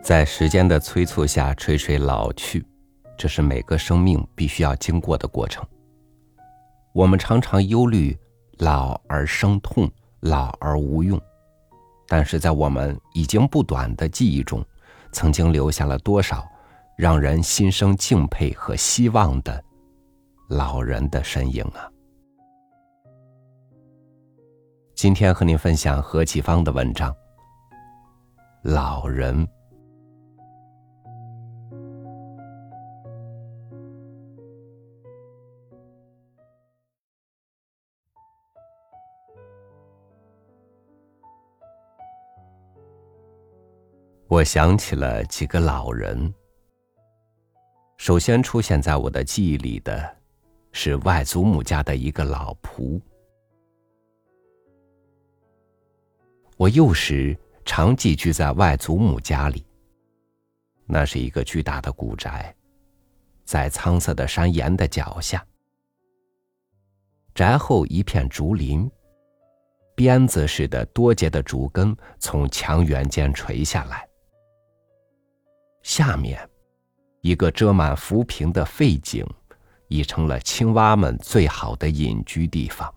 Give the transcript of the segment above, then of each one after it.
在时间的催促下垂垂老去，这是每个生命必须要经过的过程。我们常常忧虑老而生痛，老而无用，但是在我们已经不短的记忆中，曾经留下了多少让人心生敬佩和希望的老人的身影啊！今天和您分享何启芳的文章《老人》。我想起了几个老人。首先出现在我的记忆里的是外祖母家的一个老仆。我幼时常寄居在外祖母家里，那是一个巨大的古宅，在苍色的山岩的脚下。宅后一片竹林，鞭子似的多节的竹根从墙垣间垂下来。下面一个遮满浮萍的废井，已成了青蛙们最好的隐居地方。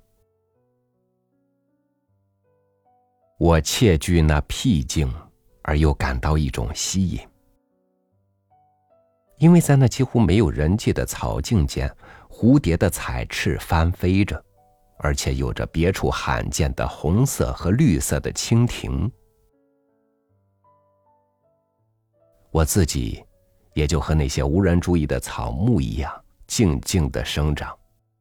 我窃惧那僻静，而又感到一种吸引，因为在那几乎没有人迹的草径间，蝴蝶的彩翅翻飞着，而且有着别处罕见的红色和绿色的蜻蜓。我自己也就和那些无人注意的草木一样，静静地生长。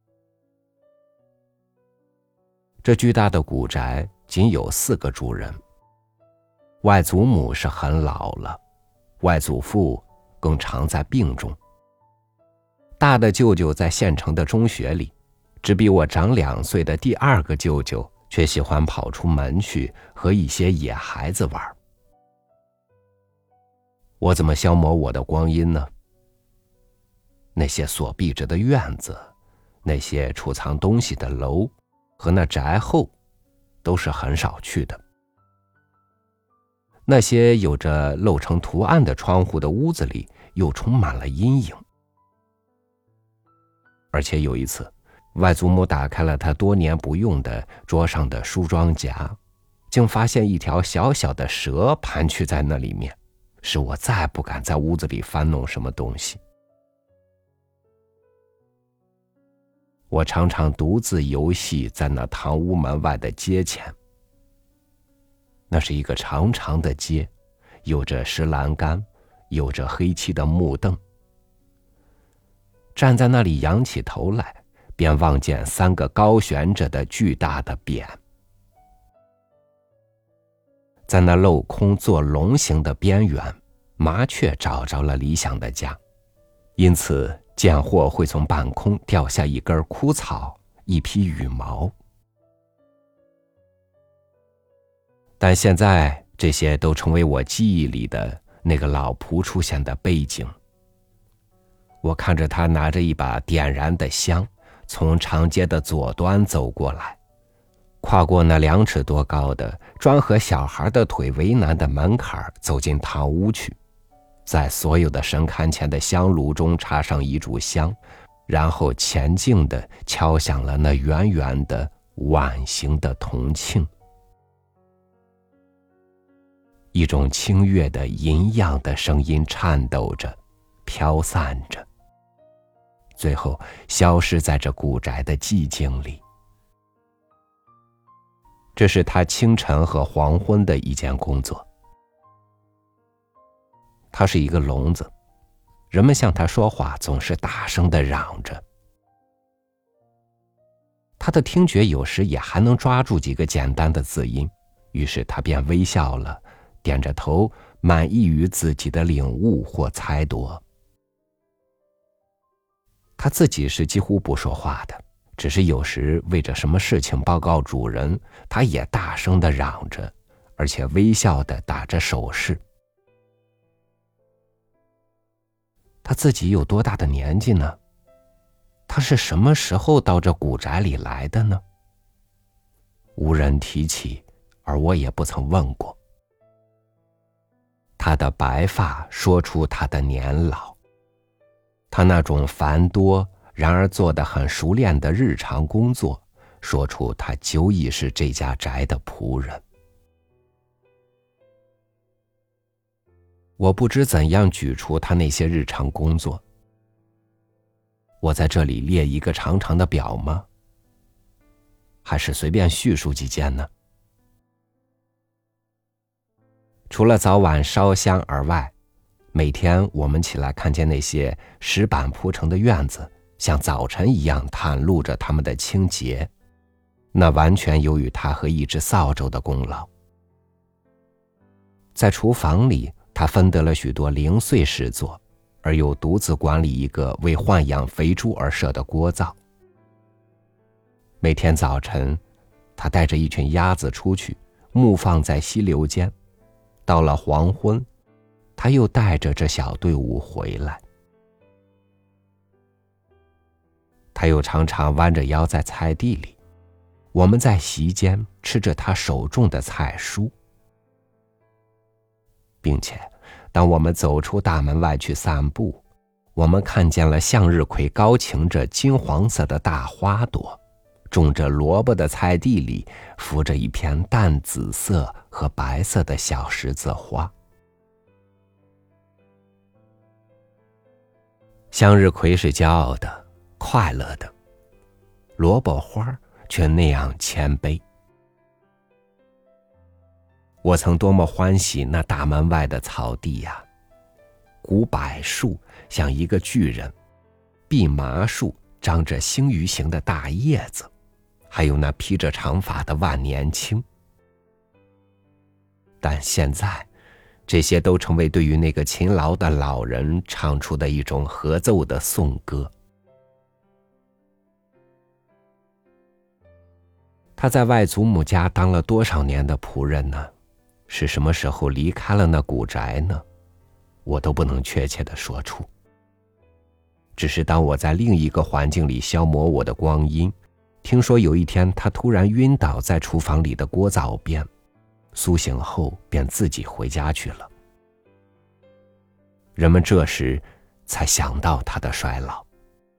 这巨大的古宅仅有4个主人，外祖母是很老了，外祖父更常在病中。大的舅舅在县城的中学里，只比我长2岁的第2个舅舅却喜欢跑出门去和一些野孩子玩。我怎么消磨我的光阴呢？那些锁闭着的院子，那些储藏东西的楼和那宅后都是很少去的。那些有着镂成图案的窗户的屋子里又充满了阴影。而且有一次，外祖母打开了她多年不用的桌上的梳妆夹，竟发现一条小小的蛇盘踞在那里面，使我再不敢在屋子里翻弄什么东西。我常常独自游戏在那堂屋门外的街前。那是一个长长的街，有着石栏杆，有着黑漆的木凳。站在那里仰起头来，便望见3个高悬着的巨大的匾。在那镂空做龙形的边缘，麻雀找着了理想的家，因此见货会从半空掉下一根枯草，一匹羽毛。但现在这些都成为我记忆里的那个老仆出现的背景。我看着他拿着一把点燃的香，从长街的左端走过来，跨过那2尺多高的专和小孩的腿为难的门槛，走进堂屋去，在所有的神龛前的香炉中插上一炷香，然后前进地敲响了那圆圆的碗形的铜磬。一种清越的吟样的声音颤抖着，飘散着，最后消失在这古宅的寂静里。这是他清晨和黄昏的一件工作。他是一个聋子，人们向他说话总是大声地嚷着。他的听觉有时也还能抓住几个简单的字音，于是他便微笑了，点着头，满意于自己的领悟或猜度。他自己是几乎不说话的，只是有时为着什么事情报告主人，他也大声地嚷着，而且微笑地打着手势。他自己有多大的年纪呢？他是什么时候到这古宅里来的呢？无人提起，而我也不曾问过。 他的白发说出他的年老，他那种繁多然而做得很熟练的日常工作，说出他久已是这家宅的仆人。我不知怎样举出他那些日常工作。我在这里列一个长长的表吗？还是随便叙述几件呢？除了早晚烧香而外，每天我们起来看见那些石板铺成的院子，像早晨一样袒露着他们的清洁，那完全由于他和一只扫帚的功劳。在厨房里，他分得了许多零碎事做，而又独自管理一个为豢养肥猪而设的锅灶。每天早晨，他带着一群鸭子出去，牧放在溪流间。到了黄昏，他又带着这小队伍回来。他又常常弯着腰在菜地里，我们在席间吃着他手种的菜蔬，并且当我们走出大门外去散步，我们看见了向日葵高擎着金黄色的大花朵，种着萝卜的菜地里浮着一片淡紫色和白色的小十字花。向日葵是骄傲的、快乐的，萝卜花却那样谦卑。我曾多么欢喜那大门外的草地呀！古柏树像一个巨人，蓖麻树张着星鱼形的大叶子，还有那披着长发的万年青。但现在，这些都成为对于那个勤劳的老人唱出的一种合奏的颂歌。他在外祖母家当了多少年的仆人呢？是什么时候离开了那古宅呢？我都不能确切地说出。只是当我在另一个环境里消磨我的光阴，听说有一天他突然晕倒在厨房里的锅灶边，苏醒后便自己回家去了。人们这时才想到他的衰老。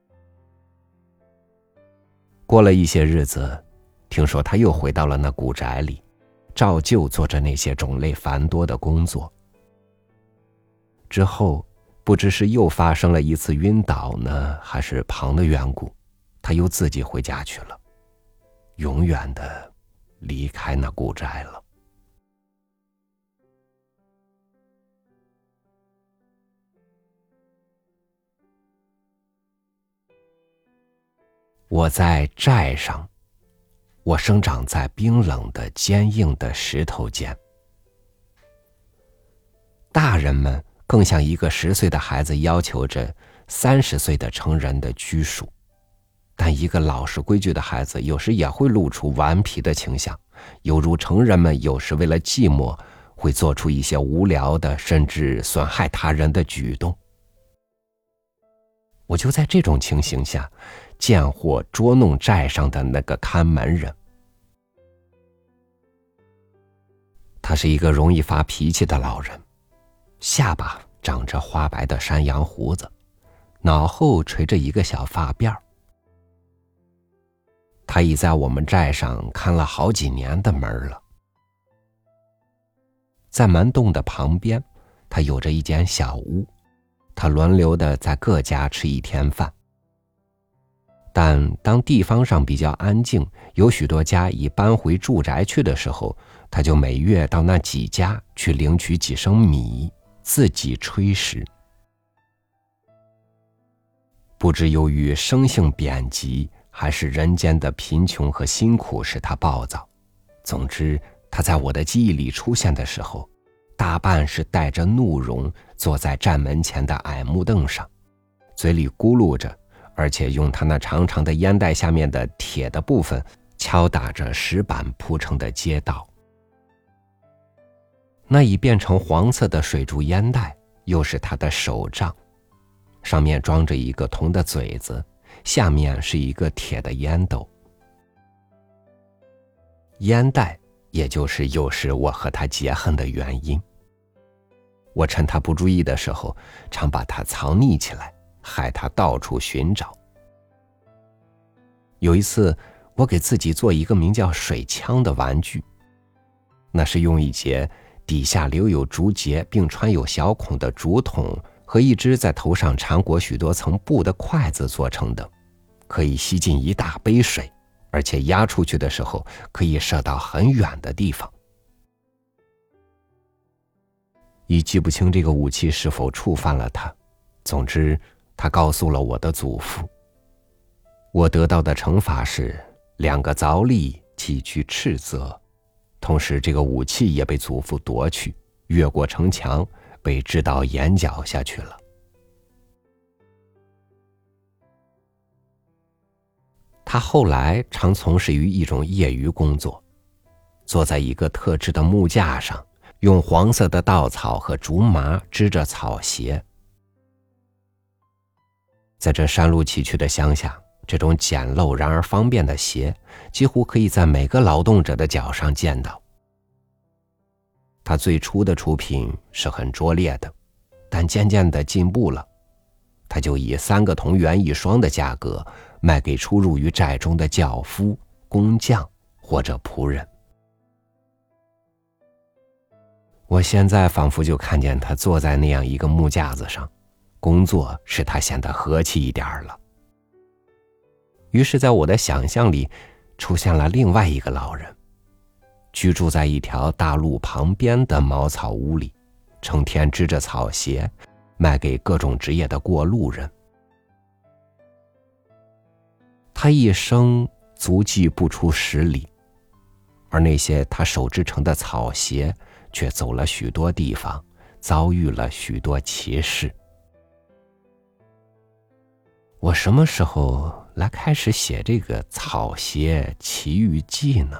过了一些日子，听说他又回到了那古宅里，照旧做着那些种类繁多的工作。之后不知是又发生了一次晕倒呢，还是旁的缘故，他又自己回家去了，永远的离开那古宅了。我在寨上，我生长在冰冷的坚硬的石头间。大人们更像一个10岁的孩子要求着30岁的成人的拘束，但一个老实规矩的孩子有时也会露出顽皮的倾向，犹如成人们有时为了寂寞会做出一些无聊的甚至损害他人的举动。我就在这种情形下见或捉弄寨上的那个看门人。他是一个容易发脾气的老人，下巴长着花白的山羊胡子，脑后垂着一个小发辫儿。他已在我们寨上看了好几年的门了。在门洞的旁边，他有着一间小屋，他轮流的在各家吃一天饭。但当地方上比较安静，有许多家已搬回住宅去的时候，他就每月到那几家去领取几升米，自己炊食。不知由于生性贬极，还是人间的贫穷和辛苦使他暴躁，总之他在我的记忆里出现的时候，大半是带着怒容坐在站门前的矮木凳上，嘴里咕噜着，而且用他那长长的烟袋下面的铁的部分敲打着石板铺成的街道。那已变成黄色的水柱烟袋又是他的手杖，上面装着一个铜的嘴子，下面是一个铁的烟斗。烟袋也就是有时我和他结恨的原因。 我趁他不注意的时候，常把他藏匿起来，害他到处寻找。有一次，我给自己做一个名叫水枪的玩具，那是用一节底下留有竹节并穿有小孔的竹筒和一只在头上缠裹许多层布的筷子做成的，可以吸进一大杯水，而且压出去的时候可以射到很远的地方。已记不清这个武器是否触犯了他，总之他告诉了我的祖父。我得到的惩罚是2个凿砾寄居斥责，同时这个武器也被祖父夺去，越过城墙，被掷到眼角下去了。他后来常从事于一种业余工作，坐在一个特制的木架上，用黄色的稻草和竹麻织着草鞋。在这山路崎岖的乡下，这种简陋然而方便的鞋几乎可以在每个劳动者的脚上见到。他最初的出品是很拙劣的，但渐渐地进步了，他就以3个铜元1双的价格卖给出入于寨中的轿夫、工匠或者仆人。我现在仿佛就看见他坐在那样一个木架子上，工作使他显得和气一点了。于是在我的想象里出现了另外一个老人，居住在一条大路旁边的茅草屋里，成天织着草鞋，卖给各种职业的过路人。他一生足迹不出10里，而那些他手织成的草鞋却走了许多地方，遭遇了许多奇事。我什么时候来开始写这个草鞋奇遇记呢？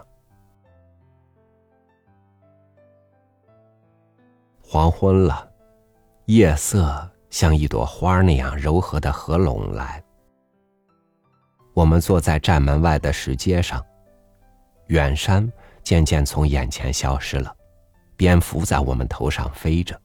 黄昏了，夜色像一朵花那样柔和地合拢来。我们坐在寨门外的石阶上，远山渐渐从眼前消失了，蝙蝠在我们头上飞着。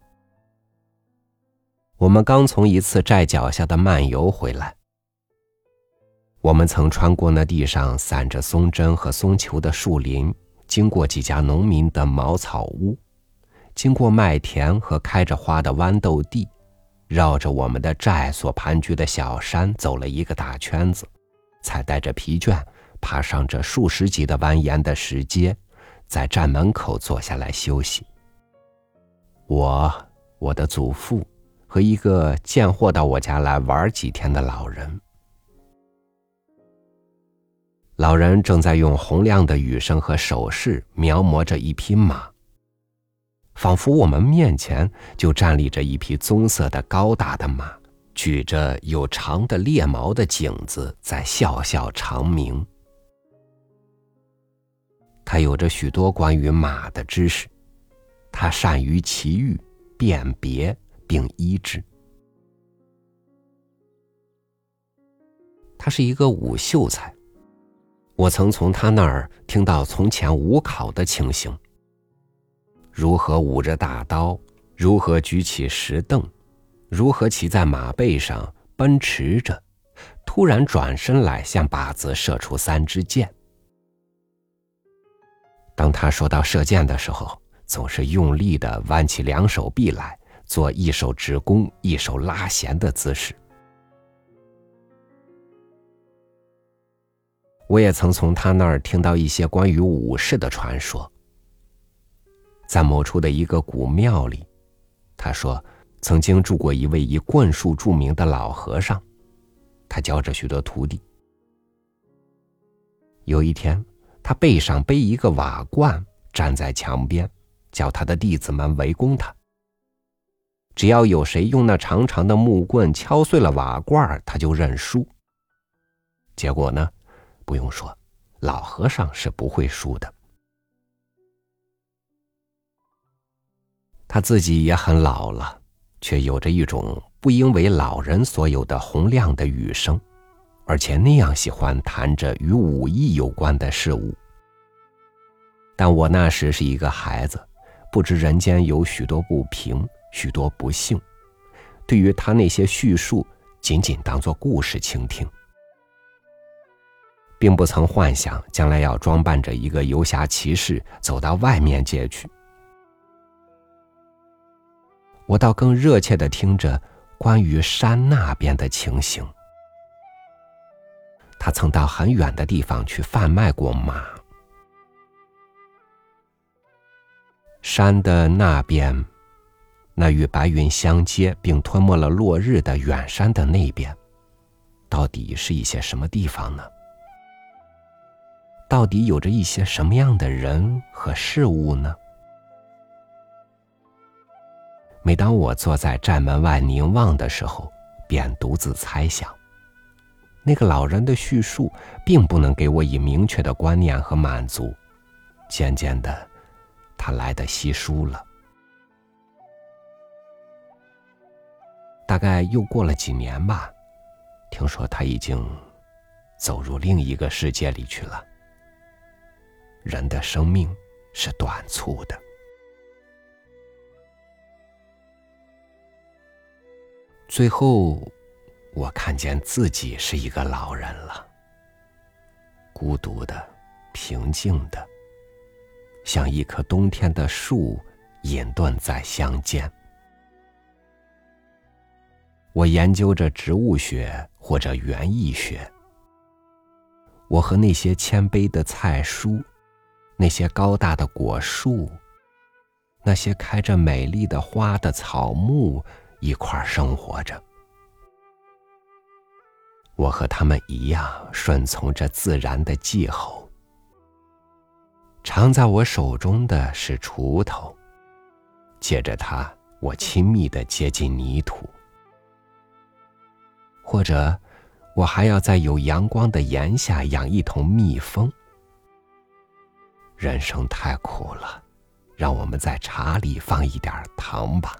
我们刚从一次寨脚下的漫游回来，我们曾穿过那地上散着松针和松球的树林，经过几家农民的茅草屋，经过麦田和开着花的豌豆地，绕着我们的寨所盘踞的小山走了一个大圈子，才带着疲倦爬上这数十级的蜿蜒的石阶，在寨门口坐下来休息。我的祖父和一个见货到我家来玩几天的老人。老人正在用洪亮的语声和手势描摹着一匹马，仿佛我们面前就站立着一匹棕色的高大的马，举着有长的猎毛的颈子在笑笑长鸣。他有着许多关于马的知识，他善于奇遇、辨别并医治。他是一个武秀才，我曾从他那儿听到从前武考的情形，如何舞着大刀，如何举起石凳，如何骑在马背上奔驰着，突然转身来向靶子射出3支箭。当他说到射箭的时候，总是用力地弯起2手臂来，做一手直弓一手拉弦的姿势。我也曾从他那儿听到一些关于武士的传说。在某处的一个古庙里，他说曾经住过一位以棍术著名的老和尚，他教着许多徒弟。有一天，他背上背一个瓦罐，站在墙边，叫他的弟子们围攻他。只要有谁用那长长的木棍敲碎了瓦罐，他就认输。结果呢，不用说，老和尚是不会输的。他自己也很老了，却有着一种不应为老人所有的洪亮的语声，而且那样喜欢谈着与武艺有关的事物。但我那时是一个孩子，不知人间有许多不平， 许多不幸，对于他那些叙述仅仅当作故事倾听，并不曾幻想将来要装扮着一个游侠骑士走到外面界去。我倒更热切地听着关于山那边的情形。他曾到很远的地方去贩卖过马。山的那边，那与白云相接并吞没了落日的远山的那边，到底是一些什么地方呢？到底有着一些什么样的人和事物呢？每当我坐在寨门外凝望的时候，便独自猜想，那个老人的叙述并不能给我以明确的观念和满足，渐渐的，他来得稀疏了。大概又过了几年吧，听说他已经走入另一个世界里去了。人的生命是短促的。最后，我看见自己是一个老人了，孤独的，平静的，像一棵冬天的树隐遁在乡间。我研究着植物学或者园艺学，我和那些谦卑的菜蔬，那些高大的果树，那些开着美丽的花的草木一块儿生活着。我和他们一样顺从着自然的气候。常在我手中的是锄头，借着它，我亲密地接近泥土。或者，我还要在有阳光的檐下养一头蜜蜂。人生太苦了，让我们在茶里放一点糖吧。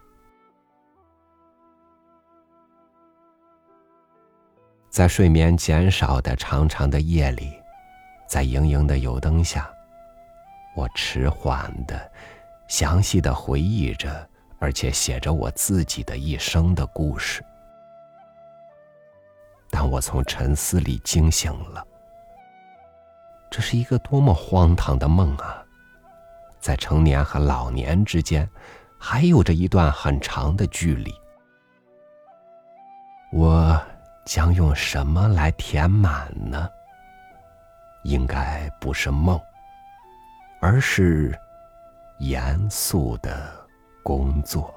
在睡眠减少的长长的夜里，在盈盈的油灯下，我迟缓的、详细的回忆着，而且写着我自己的一生的故事。当我从沉思里惊醒了，这是一个多么荒唐的梦啊！在成年和老年之间，还有着一段很长的距离。我将用什么来填满呢？应该不是梦，而是严肃的工作。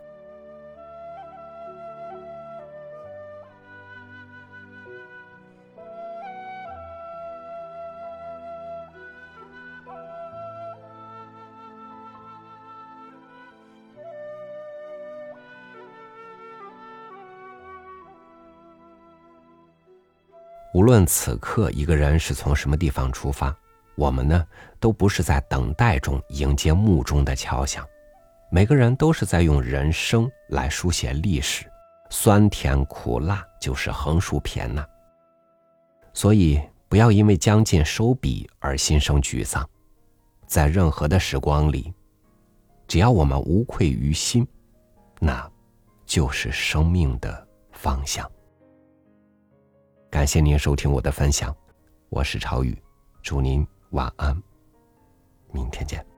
无论此刻一个人是从什么地方出发，我们呢，都不是在等待中迎接幕中的敲响，每个人都是在用人生来书写历史，酸甜苦辣就是横竖撇捺。所以不要因为将近收笔而心生沮丧，在任何的时光里，只要我们无愧于心，那就是生命的方向。感谢您收听我的分享，我是朝雨，祝您晚安，明天见。